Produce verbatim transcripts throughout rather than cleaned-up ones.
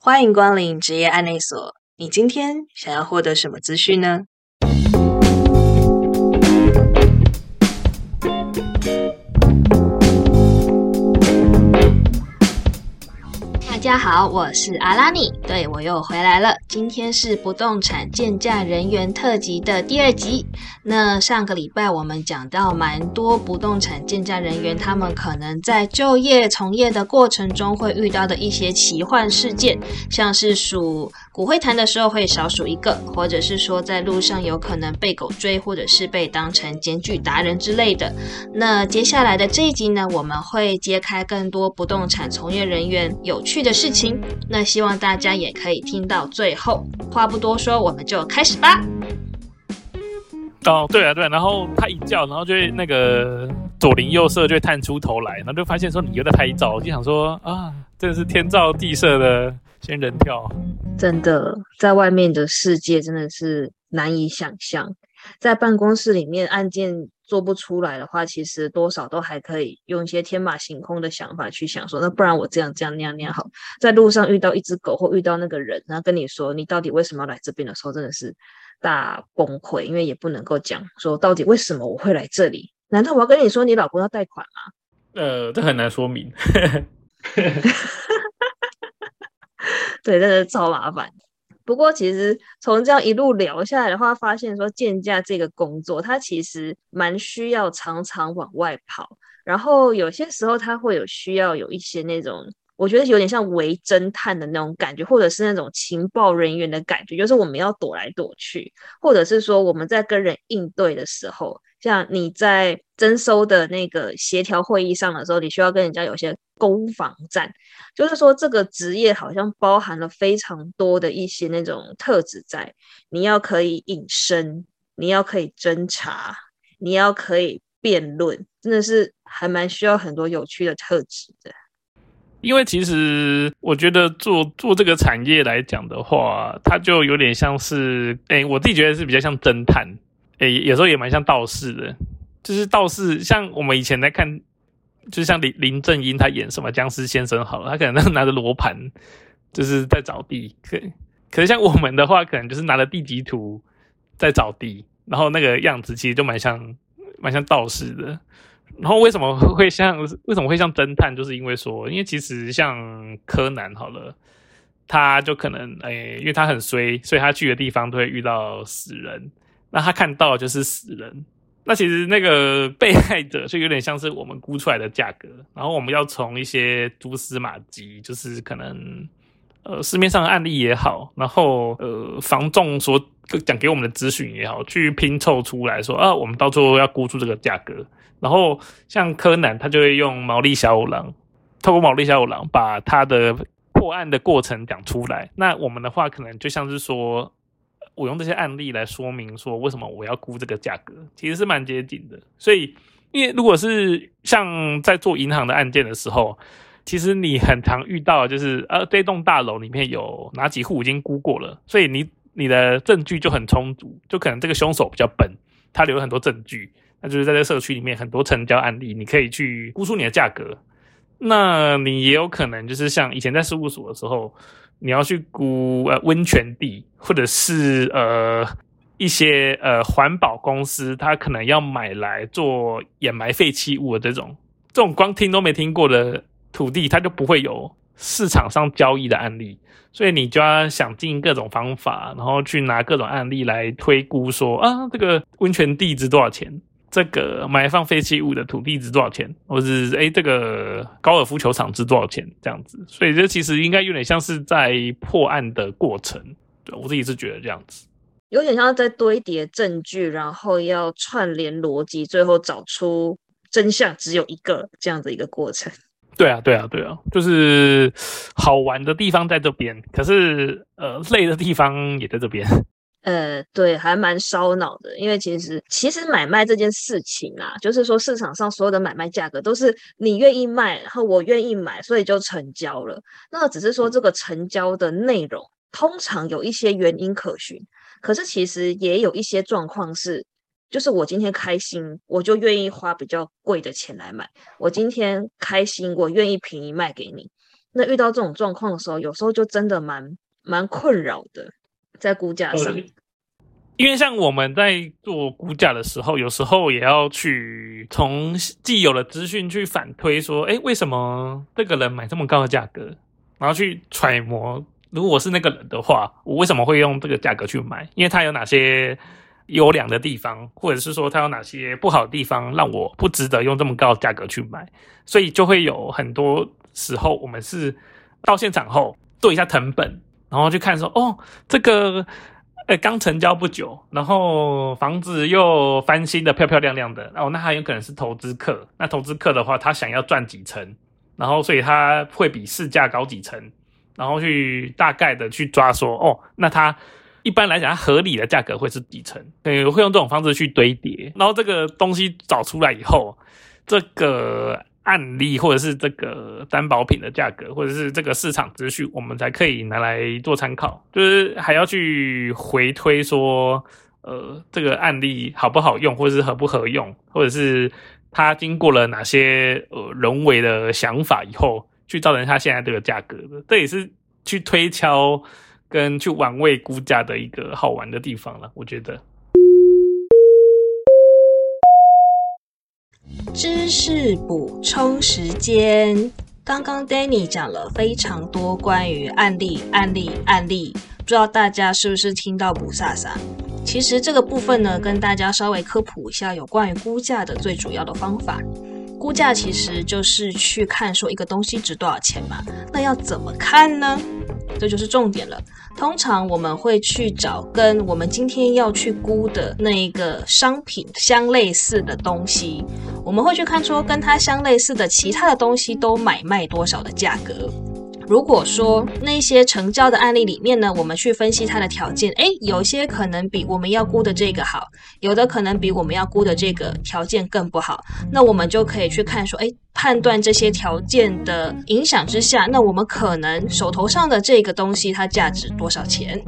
欢迎光临职业案内所，你今天想要获得什么资讯呢？大家好，我是阿拉尼，对，我又回来了。今天是不动产鉴价人员特辑的第二集。那上个礼拜我们讲到蛮多不动产鉴价人员他们可能在就业从业的过程中会遇到的一些奇幻事件，像是数骨灰坛的时候会少数一个，或者是说在路上有可能被狗追，或者是被当成检举达人之类的。那接下来的这一集呢，我们会揭开更多不动产从业人员有趣的事情，那希望大家也可以听到最后。话不多说，我们就开始吧。 哦，对啊，对啊，然后他一叫，然后就会那个左邻右舍就会探出头来，然后就发现说你又在拍照，我就想说啊，真的是天造地设的仙人跳。 真的，在外面的世界真的是难以想象，在办公室里面案件做不出来的话，其实多少都还可以用一些天马行空的想法去想说，那不然我这样这样那样那样好。在路上遇到一只狗或遇到那个人，然后跟你说你到底为什么要来这边的时候，真的是大崩溃，因为也不能够讲说到底为什么我会来这里。难道我要跟你说你老公要贷款吗？ 呃，这很难说明。 对，真的超麻烦。不过其实从这样一路聊下来的话，发现说鉴价这个工作它其实蛮需要常常往外跑，然后有些时候它会有需要有一些那种我觉得有点像伪侦探的那种感觉，或者是那种情报人员的感觉，就是我们要躲来躲去，或者是说我们在跟人应对的时候，像你在征收的那个协调会议上的时候，你需要跟人家有些攻防战，就是说这个职业好像包含了非常多的一些那种特质在，你要可以隐身，你要可以侦查，你要可以辩论，真的是还蛮需要很多有趣的特质的。 因为其实我觉得做做这个产业来讲的话，它就有点像是，诶，我自己觉得是比较像侦探，诶，有时候也蛮像道士的。就是道士，像我们以前在看，就像林林正英他演什么僵尸先生好了，他可能拿着罗盘，就是在找地。可可是像我们的话，可能就是拿着地籍图在找地，然后那个样子其实就蛮像蛮像道士的。然后为什么会像为什么会像侦探，就是因为说，因为其实像柯南好了，他就可能诶，因为他很衰，所以他去的地方都会遇到死人，那他看到的就是死人。那其实那个被害者就有点像是我们估出来的价格，然后我们要从一些蛛丝马迹，就是可能呃市面上的案例也好，然后呃房仲所讲给我们的资讯也好，去拼凑出来说啊，我们到最后要估出这个价格。然后像柯南，他就会用毛利小五郎，透过毛利小五郎把他的破案的过程讲出来。那我们的话，可能就像是说，我用这些案例来说明说为什么我要估这个价格，其实是蛮接近的。所以，因为如果是像在做银行的案件的时候，其实你很常遇到就是呃这栋大楼里面有哪几户已经估过了，所以你你的证据就很充足，就可能这个凶手比较笨，他留了很多证据。那就是在这社区里面很多成交案例，你可以去估出你的价格。那你也有可能就是像以前在事务所的时候，你要去估呃温泉地，或者是呃一些呃环保公司，它可能要买来做掩埋废弃物的这种，这种光听都没听过的土地，它就不会有市场上交易的案例。所以你就要想尽各种方法，然后去拿各种案例来推估说啊，这个温泉地值多少钱？这个埋放废弃物的土地值多少钱，或是诶这个高尔夫球场值多少钱这样子。所以这其实应该有点像是在破案的过程，对，我自己是觉得这样子， 有点像在堆叠证据，然后要串联逻辑，最后找出真相只有一个这样的一个过程。 对啊对啊对啊，就是好玩的地方在这边，可是呃累的地方也在这边。 呃，对，还蛮烧脑的，因为其实其实买卖这件事情啊，就是说市场上所有的买卖价格都是你愿意卖，然后我愿意买，所以就成交了。那只是说这个成交的内容通常有一些原因可循，可是其实也有一些状况是，就是我今天开心，我就愿意花比较贵的钱来买；我今天开心，我愿意便宜卖给你。 那遇到这种状况的时候，有时候就真的蛮蛮困扰的，在估价上。 因为像我们在做估价的时候，有时候也要去从既有的资讯去反推说，哎，为什么这个人买这么高的价格，然后去揣摩，如果我是那个人的话，我为什么会用这个价格去买？因为他有哪些优良的地方，或者是说他有哪些不好的地方，让我不值得用这么高的价格去买。所以就会有很多时候，我们是到现场后做一下成本，然后去看说，哦，这个呃刚成交不久，然后房子又翻新的漂漂亮亮的，哦，那他有可能是投资客。那投资客的话，他想要赚几成，然后所以他会比市价高几成，然后去大概的去抓说，哦，那他一般来讲，它合理的价格会是几成？对，会用这种方式去堆叠，然后这个东西找出来以后，这个案例或者是这个担保品的价格，或者是这个市场资讯，我们才可以拿来做参考。就是还要去回推说，呃，这个案例好不好用，或者是合不合用，或者是它经过了哪些呃人为的想法以后，去造成它现在这个价格的。这也是去推敲跟去玩味估价的一个好玩的地方了，我觉得。 知识补充时间，刚刚 Danny 讲了非常多关于案例、案例、案例，不知道大家是不是听到不飒飒？其实这个部分呢，跟大家稍微科普一下有关于估价的最主要的方法。估价其实就是去看说一个东西值多少钱嘛，那要怎么看呢？这就是重点了。通常我们会去找跟我们今天要去估的那一个商品相类似的东西，我们会去看说跟它相类似的其他的东西都买卖多少的价格。如果说那些成交的案例里面呢，我们去分析它的条件，诶，有些可能比我们要估的这个好，有的可能比我们要估的这个条件更不好，那我们就可以去看说，诶，判断这些条件的影响之下，那我们可能手头上的这个东西它价值多少钱。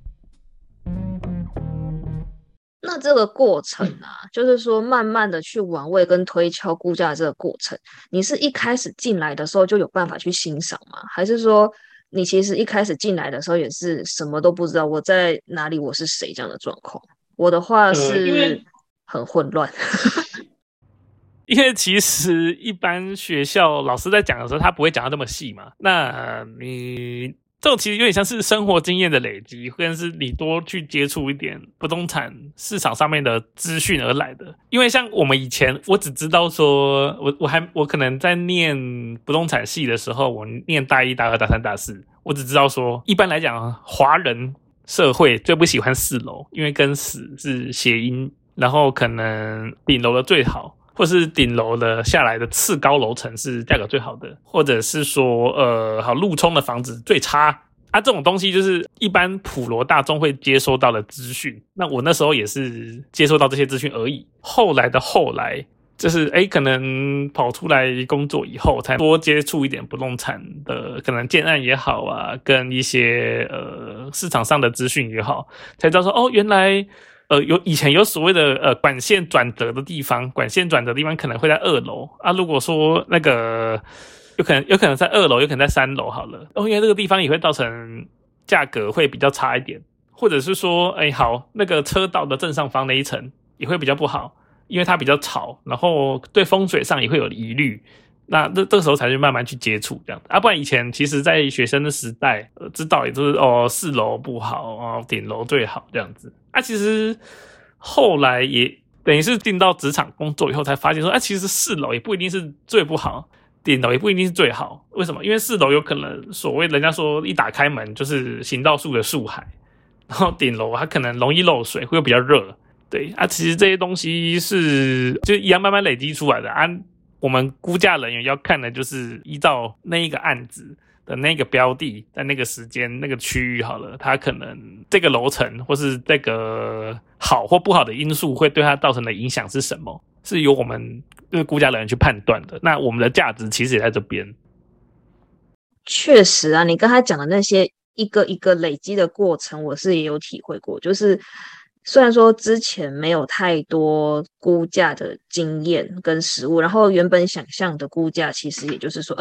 那这个过程啊，就是说慢慢的去玩味跟推敲估价的这个过程，你是一开始进来的时候就有办法去欣赏吗？还是说你其实一开始进来的时候也是什么都不知道，我在哪里，我是谁这样的状况？我的话是很混乱。 因为其实一般学校老师在讲的时候，他不会讲到这么细嘛。那你这种其实有点像是生活经验的累积，或者是你多去接触一点不动产市场上面的资讯而来的。因为像我们以前，我只知道说，我我还我可能在念不动产系的时候，我念大一、大二、大三、大四，我只知道说，一般来讲，华人社会最不喜欢四楼，因为跟死是谐音，然后可能顶楼的最好。或是顶楼的下来的次高楼层是价格最好的，或者是说呃好路冲的房子最差啊，这种东西就是一般普罗大众会接收到的资讯。那我那时候也是接收到这些资讯而已。后来的后来，就是哎，可能跑出来工作以后，才多接触一点不动产的可能建案也好啊，跟一些呃市场上的资讯也好，才知道说哦，原来。呃，有以前有所谓的呃管线转折的地方，管线转折的地方可能会在二楼啊。如果说那个有可能有可能在二楼，有可能在三楼好了，哦，因为这个地方也会造成价格会比较差一点，或者是说，哎，好，那个车道的正上方那一层也会比较不好，因为它比较吵，然后对风水上也会有疑虑。那这这个时候才去慢慢去接触这样啊，不然以前其实在学生的时代，呃，知道也就是哦四楼不好哦，顶楼最好这样子啊。其实后来也等于是进到职场工作以后，才发现说，啊，其实四楼也不一定是最不好，顶楼也不一定是最好。为什么？因为四楼有可能所谓人家说一打开门就是行道树的树海，然后顶楼它可能容易漏水，会比较热。对啊，其实这些东西是就一样慢慢累积出来的啊。我们估价人员要看的就是依照那一个案子的那个标的，在那个时间、那个区域好了，它可能这个楼层或是这个好或不好的因素会对它造成的影响是什么，是由我们估价人员去判断的。那我们的价值其实也在这边。 确实啊，你刚才讲的那些一个一个累积的过程，我是也有体会过，就是。虽然说之前没有太多估价的经验跟实务，然后原本想象的估价其实也就是说，呃，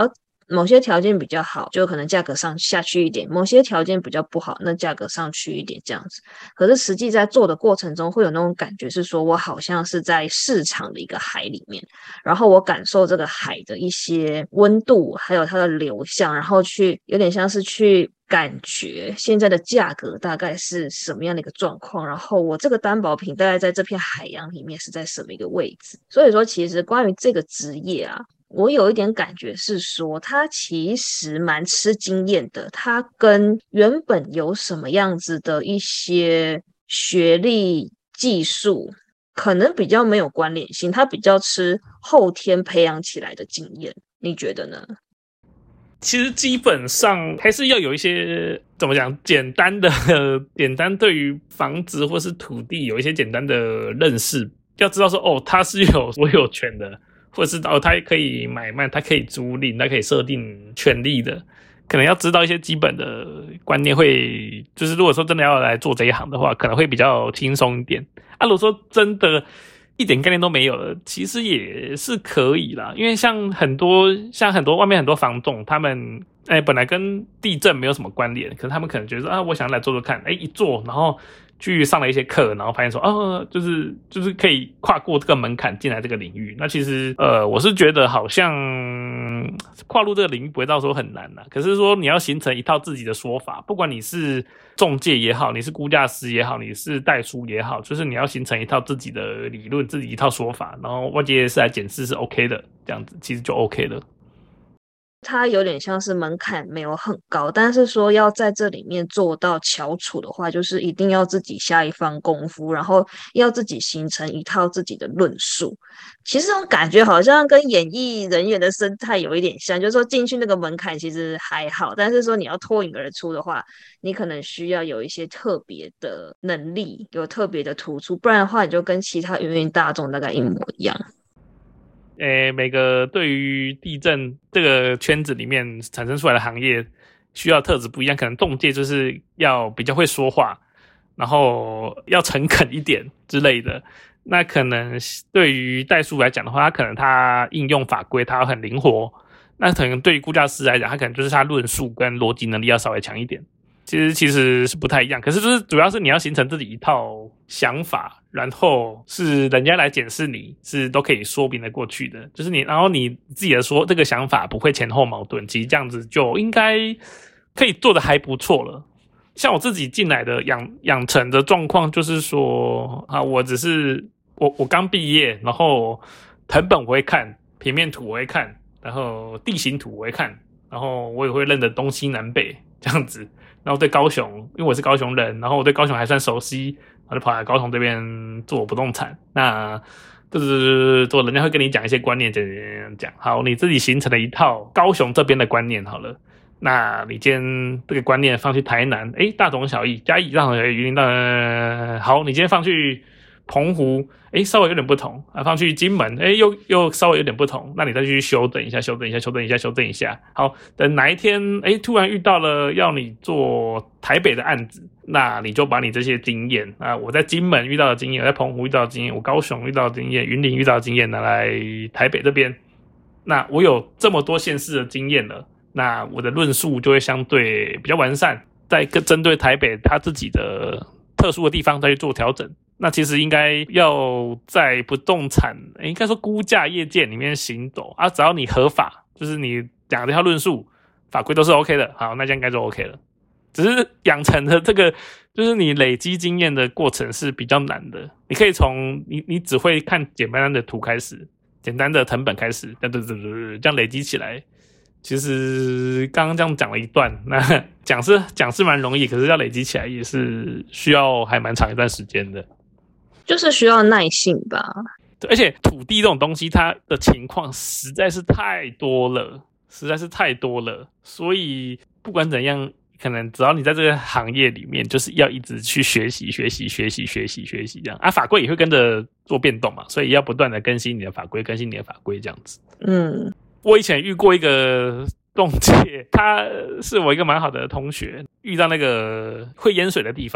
某些条件比较好，就可能价格上下去一点，某些条件比较不好，那价格上去一点这样子。可是实际在做的过程中会有那种感觉是说我好像是在市场的一个海里面，然后我感受这个海的一些温度还有它的流向，然后去有点像是去感觉现在的价格大概是什么样的一个状况，然后我这个担保品大概在这片海洋里面是在什么一个位置。所以说其实关于这个职业啊，我有一点感觉是说它其实蛮吃经验的，它跟原本有什么样子的一些学历技术可能比较没有关联性，它比较吃后天培养起来的经验，你觉得呢？ 其实基本上还是要有一些怎么讲简单的简单对于房子或是土地有一些简单的认识，要知道说哦它是有所有权的，或者是哦它可以买卖，它可以租赁，它可以设定权利的，可能要知道一些基本的观念，会就是如果说真的要来做这一行的话可能会比较轻松一点啊。如果说真的一点概念都没有了，其实也是可以啦，因为像很多像很多外面很多房仲，他们哎本来跟地震没有什么关联，可是他们可能觉得说啊，我想来做做看，哎一做，然后去上了一些课，然后发现说哦，就是就是可以跨过这个门槛进来这个领域。那其实呃，我是觉得好像跨入这个领域不会到时候很难啦，可是说你要形成一套自己的说法，不管你是中介也好，你是估价师也好，你是代书也好，就是你要形成一套自己的理论，自己一套说法，然后外界是来检视是 OK 的，这样子其实就 OK 了。 它有点像是门槛没有很高，但是说要在这里面做到翘楚的话，就是一定要自己下一番功夫，然后要自己形成一套自己的论述。其实这种感觉好像跟演艺人员的生态有一点像，就是说进去那个门槛其实还好，但是说你要脱颖而出的话，你可能需要有一些特别的能力，有特别的突出，不然的话你就跟其他芸芸大众大概一模一样。 诶，每个对于地震这个圈子里面产生出来的行业需要特质不一样，可能中介就是要比较会说话，然后要诚恳一点之类的。那可能对于代书来讲的话，他可能他应用法规他很灵活，那可能对于估价师来讲，他可能就是他论述跟逻辑能力要稍微强一点。其实其实是不太一样，可是就是主要是你要形成自己一套想法，然后是人家来检视你是都可以说明得过去的，就是你然后你自己的说这个想法不会前后矛盾，其实这样子就应该可以做得还不错了。像我自己进来的养养成的状况就是说啊，我只是我我刚毕业，然后誊本我会看，平面图我会看，然后地形图我会看，然后我也会认得东西南北这样子。然后对高雄，因为我是高雄人，然后我对高雄还算熟悉，然后就跑来高雄这边做不动产。那就是做人家会跟你讲一些观念，讲讲好，你自己形成了一套高雄这边的观念好了。那你今天这个观念放去台南，诶，大同小异，嘉义大同小异，云林大同好，你今天放去澎湖，诶，稍微有点不同啊，放去金门，诶，又又稍微有点不同，那你再去修正一下，修正一下，修正一下，修正一下。好，等哪一天，诶，突然遇到了要你做台北的案子，那你就把你这些经验啊，我在金门遇到的经验，我在澎湖遇到的经验，我高雄遇到的经验，云林遇到的经验拿来台北这边，那我有这么多县市的经验了，那我的论述就会相对比较完善，再针对台北他自己的特殊的地方再去做调整。那其实应该要在不动产，应该说估价业界里面行走啊，只要你合法，就是你讲这条论述法规都是 OK 的，好，那这样应该就 OK 了。只是养成的这个，就是你累积经验的过程是比较难的。你可以从你你只会看简单的图开始，简单的誊本开始，对对对对，这样累积起来。其实刚刚这样讲了一段，那讲是讲是蛮容易，可是要累积起来也是需要还蛮长一段时间的。 就是需要耐性吧。 对，而且土地这种东西，它的情况实在是太多了，实在是太多了。所以不管怎样，可能只要你在这个行业里面，就是要一直去学习、学习、学习、学习、学习这样啊。法规也会跟着做变动嘛，所以要不断的更新你的法规，更新你的法规这样子。 嗯， 我以前遇过一个中介，他是我一个蛮好的同学，遇到那个会淹水的地方。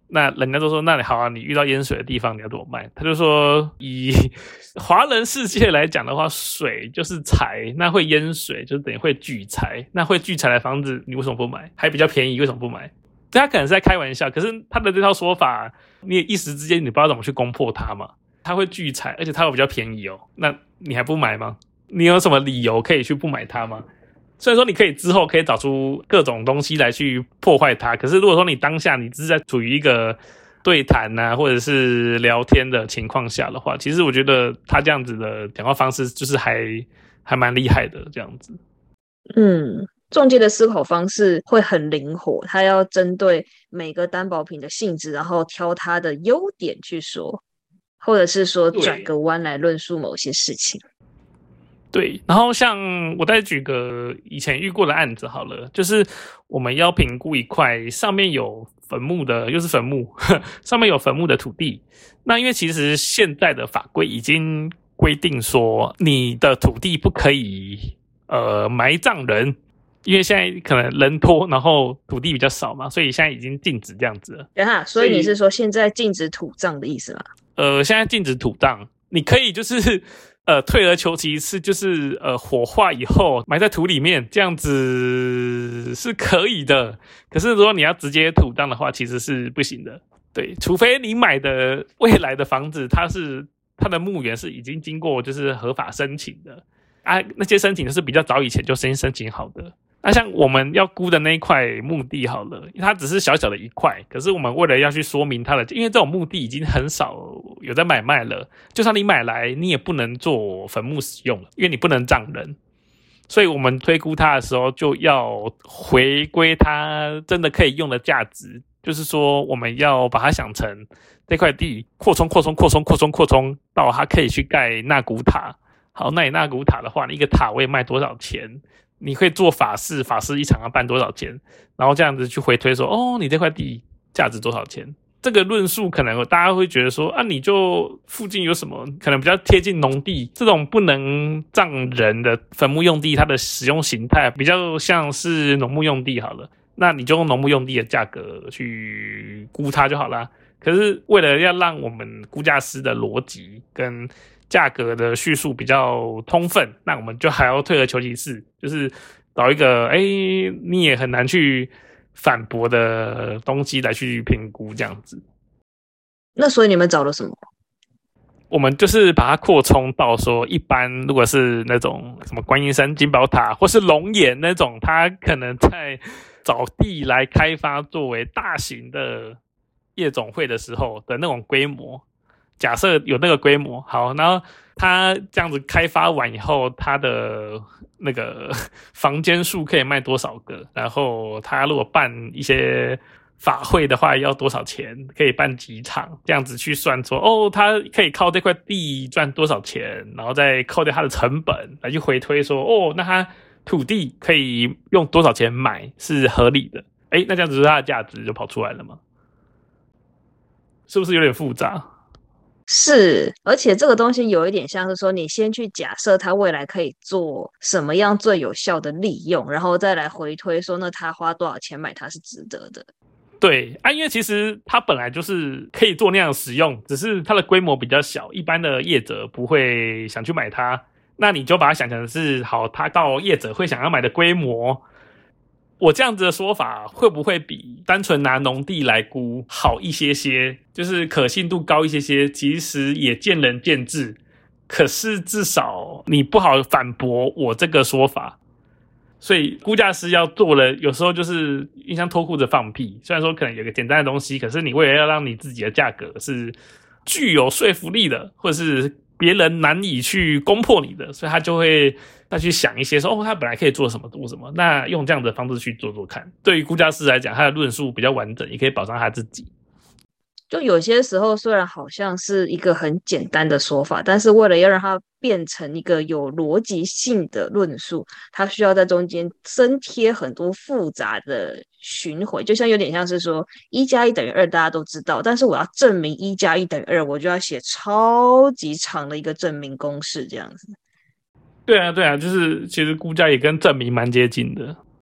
那人家都说，那你好啊，你遇到淹水的地方你要怎么卖？他就说，以华人世界来讲的话，水就是财，那会淹水就等于会聚财，那会聚财的房子你为什么不买？还比较便宜，为什么不买？他可能是在开玩笑，可是他的这套说法，你也一时之间你不知道怎么去攻破他嘛。他会聚财，而且他会比较便宜哦，那你还不买吗？你有什么理由可以去不买它吗？虽然说你可以之后可以找出各种东西来去破坏它，可是如果说你当下你只是在处于一个对谈啊或者是聊天的情况下的话，其实我觉得他这样子的讲话方式就是还还蛮厉害的这样子。 嗯，仲介的思考方式会很灵活，他要针对每个担保品的性质，然后挑它的优点去说，或者是说转个弯来论述某些事情。 对，然后像我再举个以前遇过的案子好了，就是我们要评估一块上面有坟墓的，又是坟墓，上面有坟墓的土地。那因为其实现在的法规已经规定说，你的土地不可以呃埋葬人，因为现在可能人多，然后土地比较少嘛，所以现在已经禁止这样子了。 等一下，所以你是说现在禁止土葬的意思吗？ 呃，现在禁止土葬，你可以就是。呃，退而求其次，就是呃，火化以后埋在土里面，这样子是可以的。可是如果你要直接土葬的话，其实是不行的。对，除非你买的未来的房子，它是它的墓园是已经经过就是合法申请的啊，那些申请是比较早以前就先申请好的。那像我们要估的那一块墓地好了，它只是小小的一块，可是我们为了要去说明它的，因为这种墓地已经很少有在买卖了，就算你买来，你也不能做坟墓使用了，因为你不能葬人，所以我们推估它的时候就要回归它真的可以用的价值，就是说我们要把它想成这块地扩充、扩充、扩充、扩充、扩充到它可以去盖纳古塔。好，那你纳古塔的话，你一个塔位卖多少钱？你会做法事，法事一场要办多少钱？然后这样子去回推说，哦，你这块地价值多少钱？这个论述可能大家会觉得说，啊，你就附近有什么可能比较贴近农地，这种不能葬人的坟墓用地，它的使用形态比较像是农牧用地好了，那你就用农牧用地的价格去估它就好啦。可是为了要让我们估价师的逻辑跟价格的叙述比较通分，那我们就还要退而求其次，就是找一个哎你也很难去反驳的东西来去评估这样子。 那所以你们找了什么？ 我们就是把它扩充到说，一般如果是那种什么观音山金宝塔或是龙岩那种，它可能在找地来开发作为大型的夜总会的时候的那种规模，假设有那个规模，好，然后它这样子开发完以后，它的那个房间数可以卖多少个，然后它如果办一些法会的话要多少钱，可以办几场，这样子去算说，哦，它可以靠这块地赚多少钱，然后再扣掉它的成本来去回推说，哦，那它土地可以用多少钱买是合理的，诶，那这样子它的价值就跑出来了吗？是不是有点复杂？ 是，而且这个东西有一点像是说，你先去假设它未来可以做什么样最有效的利用，然后再来回推说，那他花多少钱买它是值得的。 对啊，因为其实它本来就是可以做那样使用，只是它的规模比较小，一般的业者不会想去买它。那你就把它想成是好，它到业者会想要买的规模。我这样子的说法会不会比单纯拿农地来估好一些些，就是可信度高一些些，其实也见仁见智，可是至少你不好反驳我这个说法。所以估价师要做的有时候就是印象脱裤子放屁，虽然说可能有个简单的东西，可是你为了要让你自己的价格是具有说服力的，或者是别人难以去攻破你的，所以他就会再去想一些说，哦，他本来可以做什么做什么，那用这样的方式去做做看。对于估价师来讲，他的论述比较完整，也可以保障他自己。 就有些时候虽然好像是一个很简单的说法，但是为了要让它变成一个有逻辑性的论述，它需要在中间增贴很多复杂的循环，就像有点像是说一加一等于二大家都知道，但是我要证明一加一等于二，我就要写超级长的一个证明公式这样子。 对啊对啊，就是其实估价也跟证明蛮接近的。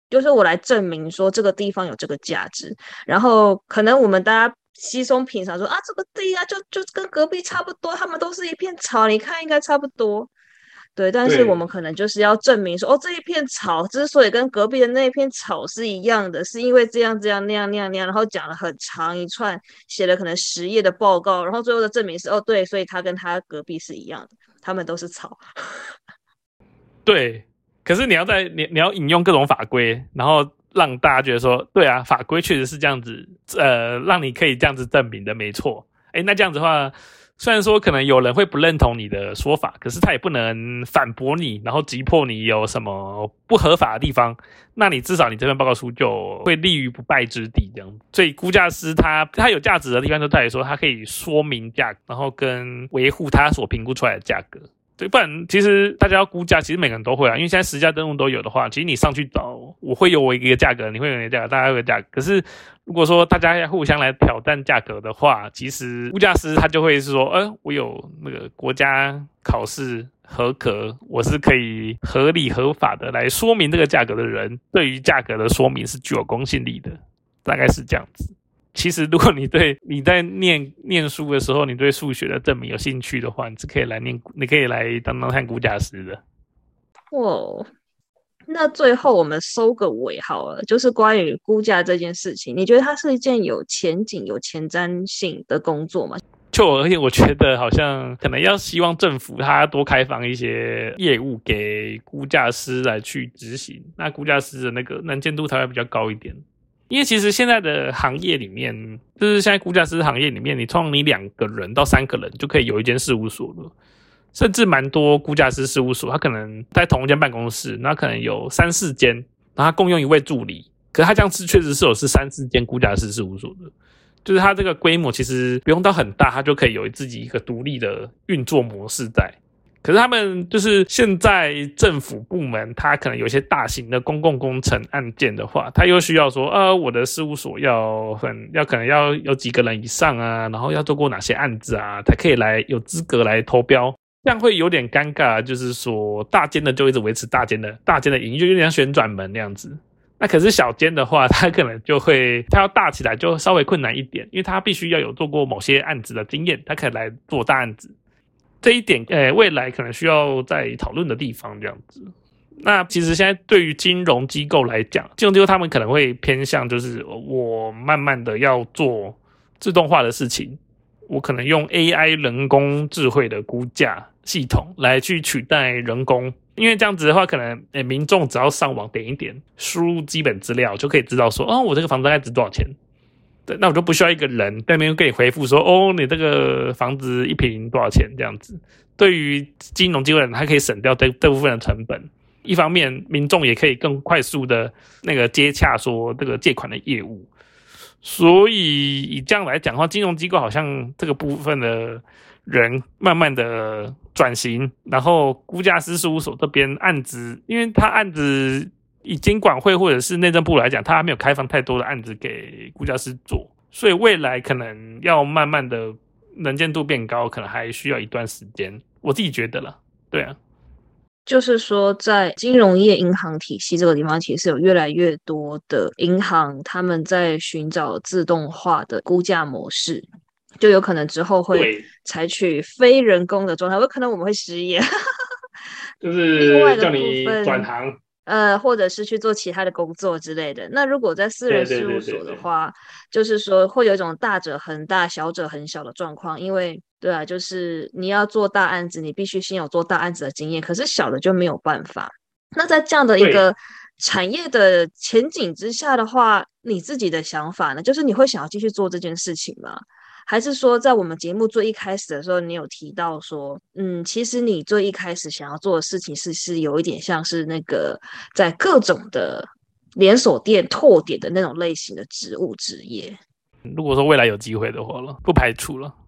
就是我来证明说这个地方有这个价值，然后可能我们大家稀松平常说啊，这个地啊就就跟隔壁差不多，他们都是一片草，你看应该差不多。对，但是我们可能就是要证明说，哦，这一片草之所以跟隔壁的那一片草是一样的，是因为这样这样那样那样那样，然后讲了很长一串，写了可能十页的报告，然后最后的证明是，哦，对，所以他跟他隔壁是一样的，他们都是草。 对，可是你要在你你要引用各种法规，然后让大家觉得说，对啊，法规确实是这样子，呃，让你可以这样子证明的，没错。哎，那这样子的话，虽然说可能有人会不认同你的说法，可是他也不能反驳你，然后击破你有什么不合法的地方，那你至少你这份报告书就会立于不败之地这样。所以估价师他他有价值的地方就在于说，他可以说明价格，然后跟维护他所评估出来的价格。对，不然其实大家要估价，其实每个人都会啊，因为现在实价登录都有的话，其实你上去找，我会有我一个价格，你会有你的价格，大家有个价格。可是如果说大家要互相来挑战价格的话，其实估价师他就会是说，呃，我有那个国家考试合格，我是可以合理合法的来说明这个价格的人，对于价格的说明是具有公信力的，大概是这样子。其实如果你对你在念念书的时候，你对数学的证明有兴趣的话，你是可以来念，你可以来当当看估价师的。 哦，那最后我们收个尾好了，就是关于估价这件事情，你觉得它是一件有前景、有前瞻性的工作吗？ 就我而言，我觉得好像可能要希望政府它多开放一些业务给估价师来去执行，那估价师的那个能见度才会比较高一点。因为其实现在的行业里面，就是现在估价师行业里面，你通常你两个人到三个人就可以有一间事务所了，甚至蛮多估价师事务所，他可能在同一间办公室，那可能有三四间，然后他共用一位助理，可是他这样是确实是有是三四间估价师事务所的，就是他这个规模其实不用到很大，他就可以有自己一个独立的运作模式在。可是他们就是现在政府部门，他可能有一些大型的公共工程案件的话，他又需要说，呃，我的事务所要很要可能要有几个人以上啊，然后要做过哪些案子啊，才可以来有资格来投标，这样会有点尴尬。就是说，大间的就一直维持大间的大间的营运，就有点像旋转门那样子。那可是小间的话，他可能就会他要大起来就稍微困难一点，因为他必须要有做过某些案子的经验，他可以来做大案子。这一点，呃，未来可能需要再讨论的地方，这样子。那其实现在对于金融机构来讲，金融机构他们可能会偏向，就是我慢慢的要做自动化的事情，我可能用 A I 人工智慧的估价系统来去取代人工，因为这样子的话，可能呃民众只要上网点一点，输入基本资料就可以知道说，哦，我这个房子大概值多少钱。那我就不需要一个人在那边跟你回复说，哦，你这个房子一坪多少钱这样子。对于金融机构人，他可以省掉这这部分的成本。一方面，民众也可以更快速的那个接洽说这个借款的业务。所以以这样来讲的话，金融机构好像这个部分的人慢慢的转型，然后估价师事务所这边案子，因为他案子以金管会或者是内政部来讲，他还没有开放太多的案子给估价师做，所以未来可能要慢慢的能见度变高，可能还需要一段时间。我自己觉得啦，对啊， 就是说，在金融业银行体系这个地方，其实有越来越多的银行，他们在寻找自动化的估价模式，就有可能之后会采取非人工的状态，有可能我们会失业， 就是叫你转行。 呃，或者是去做其他的工作之类的。那如果在私人事务所的话，就是说会有一种大者很大，小者很小的状况。因为对啊，就是你要做大案子，你必须先有做大案子的经验，可是小的就没有办法。那在这样的一个产业的前景之下的话，你自己的想法呢？就是你会想要继续做这件事情吗？还是说在我们节目最一开始的时候，你有提到说，嗯，其实你最一开始想要做的事情是是有一点像是那个在各种的连锁店拓点的那种类型的职务职业。 如果说未来有机会的话了，不排除了。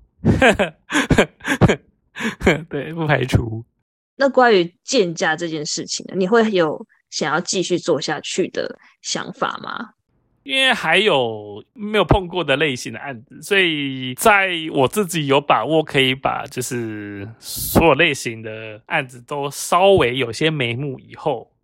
对，不排除。 那关于建价这件事情呢，你会有想要继续做下去的想法吗？ 因为还有没有碰过的类型的案子，所以在我自己有把握可以把就是所有类型的案子都稍微有些眉目以后，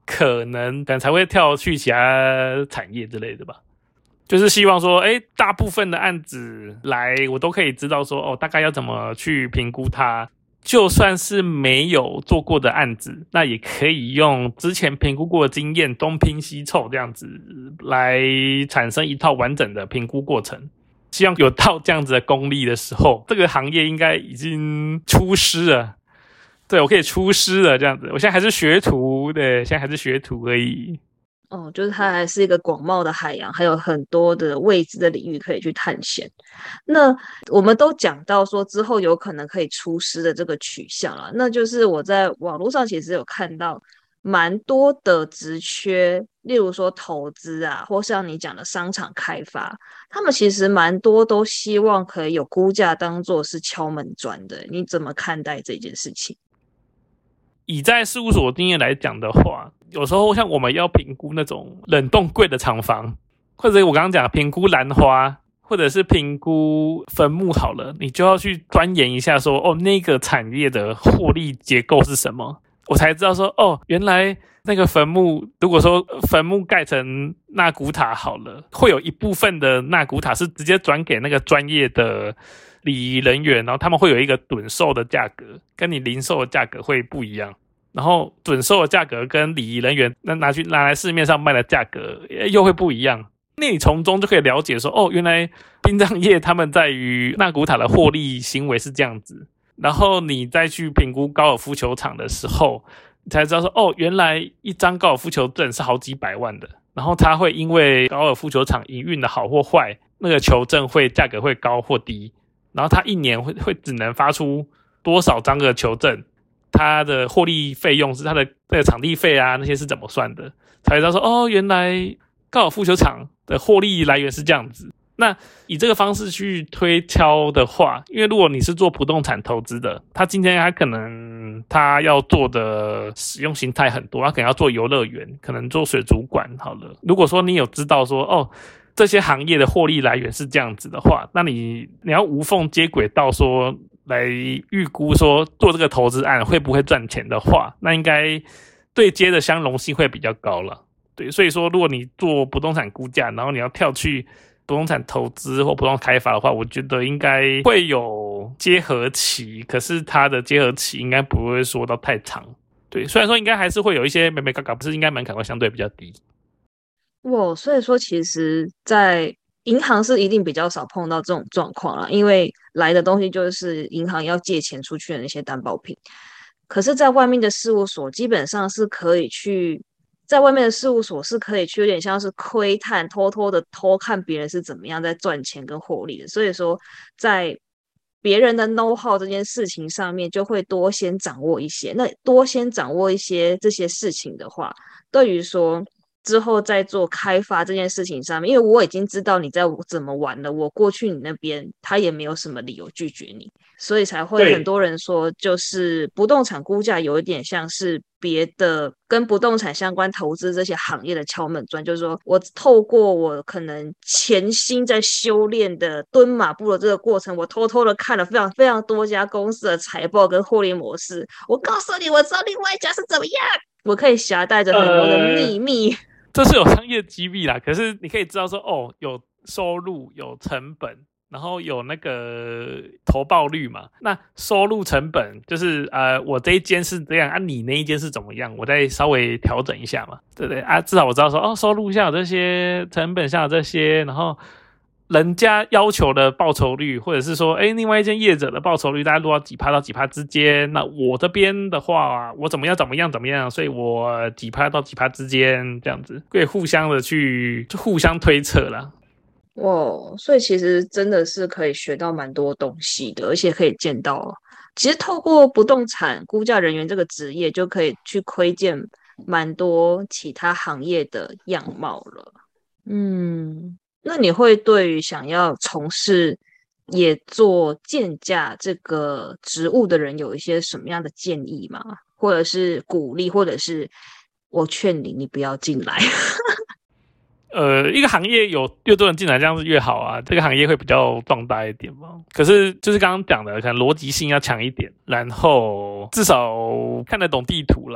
可能可能才会跳去其他产业之类的吧。就是希望说，哎，大部分的案子来，我都可以知道说，哦，大概要怎么去评估它。就算是没有做过的案子，那也可以用之前评估过的经验，东拼西凑这样子来产生一套完整的评估过程。希望有到这样子的功力的时候，这个行业应该已经出师了。对，我可以出师了这样子。我现在还是学徒，对，现在还是学徒而已。 哦，就是它还是一个广袤的海洋，还有很多的未知的领域可以去探险。那我们都讲到说之后有可能可以出师的这个取向了，那就是我在网络上其实有看到蛮多的职缺，例如说投资啊，或像你讲的商场开发，他们其实蛮多都希望可以有估价当作是敲门砖的。你怎么看待这件事情？ 以在事务所经验来讲的话，有时候像我们要评估那种冷冻柜的厂房，或者我刚刚讲评估兰花，或者是评估坟墓好了，你就要去钻研一下说，哦，那个产业的获利结构是什么，我才知道说，哦，原来那个坟墓，如果说坟墓盖成纳古塔好了，会有一部分的纳古塔是直接转给那个专业的礼仪人员，然后他们会有一个趸售的价格，跟你零售的价格会不一样。然后趸售的价格跟礼仪人员那拿去拿来市面上卖的价格又会不一样。那你从中就可以了解说，哦，原来殡葬业他们在于纳古塔的获利行为是这样子。然后你再去评估高尔夫球场的时候，你才知道说，哦，原来一张高尔夫球证是好几百万的。然后它会因为高尔夫球场营运的好或坏，那个球证会价格会高或低。然后它一年会会只能发出多少张的球证，它的获利费用是它的那个场地费啊，那些是怎么算的，才知道说，哦，原来高尔夫球场的获利来源是这样子。那以这个方式去推敲的话，因为如果你是做不动产投资的，他今天他可能他要做的使用形态很多，他可能要做游乐园，可能做水族馆好了。如果说你有知道说，哦，这些行业的获利来源是这样子的话，那你你要无缝接轨到说来预估说做这个投资案会不会赚钱的话，那应该对接的相容性会比较高了。对，所以说如果你做不动产估价，然后你要跳去不动产投资或不动产开发的话，我觉得应该会有结合期，可是它的结合期应该不会说到太长。对，虽然说应该还是会有一些眉眉角角，不是应该门槛会相对比较低。 哇，所以说其实在银行是一定比较少碰到这种状况啦，因为来的东西就是银行要借钱出去的那些担保品。可是在外面的事务所基本上是可以去，在外面的事务所是可以去有点像是窥探，偷偷的偷看别人是怎么样在赚钱跟获利的。所以说在别人的 know how 这件事情上面就会多先掌握一些，那多先掌握一些这些事情的话，对于说之后在做开发这件事情上面，因为我已经知道你在怎么玩了，我过去你那边他也没有什么理由拒绝你，所以才会很多人说，就是不动产估价有一点像是别的跟不动产相关投资这些行业的敲门砖，就是说我透过我可能潜心在修炼的蹲马步的这个过程，我偷偷的看了非常非常多家公司的财报跟获利模式，我告诉你，我知道另外一家是怎么样，我可以携带着很多的秘密。呃这是有商业机密啦，可是你可以知道说，哦，有收入，有成本，然后有那个投报率嘛。那收入成本就是呃，我这一间是这样啊，你那一间是怎么样，我再稍微调整一下嘛，对不对啊？至少我知道说，哦，收入下有这些，成本下有这些，然后人家要求的报酬率，或者是说，哎，另外一间业者的报酬率大概落到几趴到几趴之间。那我这边的话，我怎么样怎么样怎么样，所以我几趴到几趴之间，这样子可以互相的去就互相推测啦。 哇，所以其实真的是可以学到蛮多东西的，而且可以见到，其实透过不动产估价人员这个职业，就可以去窥见蛮多其他行业的样貌了。嗯。那你会对于想要从事也做鉴价这个职务的人有一些什么样的建议吗？或者是鼓励，或者是我劝你，你不要进来？ 呃，一个行业有越多人进来，这样子越好啊，这个行业会比较壮大一点嘛。可是就是刚刚讲的，可能逻辑性要强一点，然后至少看得懂地图啦。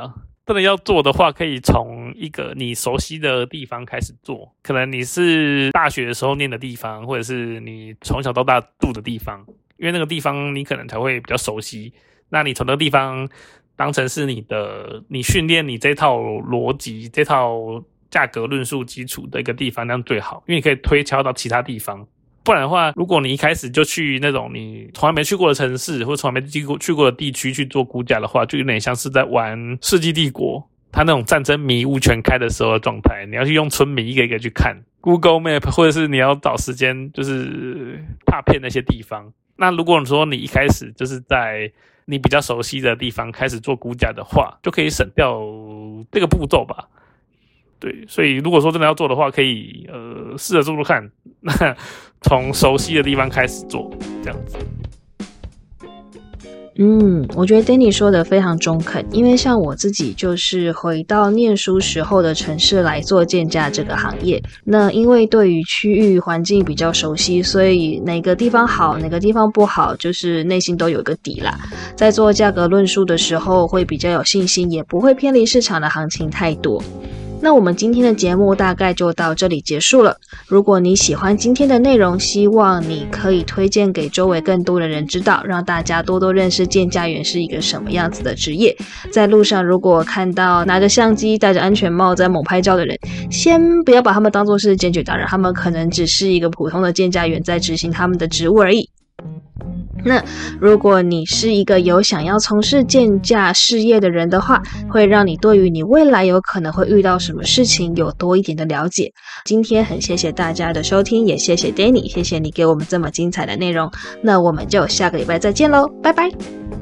真的要做的话，可以从一个你熟悉的地方开始做，可能你是大学的时候念的地方，或者是你从小到大住的地方，因为那个地方你可能才会比较熟悉。那你从那个地方当成是你的，你训练你这套逻辑、这套价格论述基础的一个地方，那样最好，因为你可以推敲到其他地方。不然的话，如果你一开始就去那种你从来没去过的城市，或者从来没去过去过的地区去做估价的话，就有点像是在玩《世纪帝国》它那种战争迷雾全开的时候的状态。你要去用村民一个一个去看 Google Map， 或者是你要找时间就是踏遍那些地方。那如果说你一开始就是在你比较熟悉的地方开始做估价的话，就可以省掉这个步骤吧。对，所以如果说真的要做的话，可以呃试着做做看，那从熟悉的地方开始做，这样子。 嗯，我觉得 Danny 说的非常中肯，因为像我自己就是回到念书时候的城市来做建价这个行业，那因为对于区域环境比较熟悉，所以哪个地方好哪个地方不好就是内心都有一个底啦，在做价格论述的时候会比较有信心，也不会偏离市场的行情太多。那我们今天的节目大概就到这里结束了。如果你喜欢今天的内容，希望你可以推荐给周围更多的人知道，让大家多多认识鉴价员是一个什么样子的职业。在路上如果看到拿着相机戴着安全帽在猛拍照的人，先不要把他们当作是检举达人，他们可能只是一个普通的鉴价员在执行他们的职务而已。那如果你是一个有想要从事鉴价事业的人的话，会让你对于你未来有可能会遇到什么事情有多一点的了解。今天很谢谢大家的收听，也谢谢 Danny， 谢谢你给我们这么精彩的内容。那我们就下个礼拜再见咯，拜拜。